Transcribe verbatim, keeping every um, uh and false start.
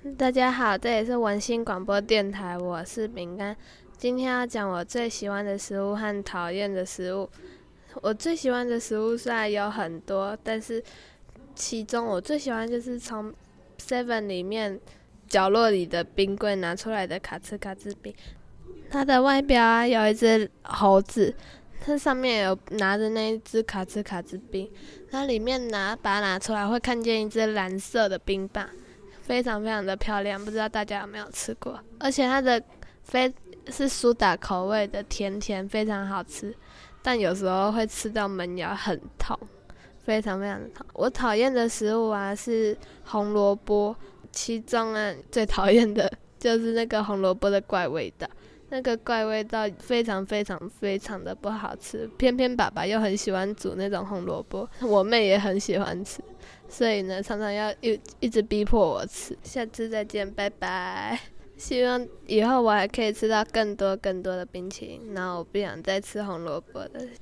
大家好，这里是文心广播电台，我是饼干。今天要讲我最喜欢的食物和讨厌的食物。我最喜欢的食物虽然有很多，但是其中我最喜欢就是从 seven 里面角落里的冰柜拿出来的卡兹卡兹冰。它的外表啊有一只猴子，它上面有拿着那一只卡兹卡兹冰，它里面拿把它拿出来会看见一只蓝色的冰棒。非常非常的漂亮，不知道大家有没有吃过？而且它的非是苏打口味的，甜甜，非常好吃。但有时候会吃到门牙很痛，非常非常的痛。我讨厌的食物啊是红萝卜，其中啊最讨厌的就是那个红萝卜的怪味道。那个怪味道非常非常非常的不好吃，偏偏爸爸又很喜欢煮那种红萝卜，我妹也很喜欢吃，所以呢常常要一一直逼迫我吃。下次再见，拜拜。希望以后我还可以吃到更多更多的冰淇淋，然后我不想再吃红萝卜了。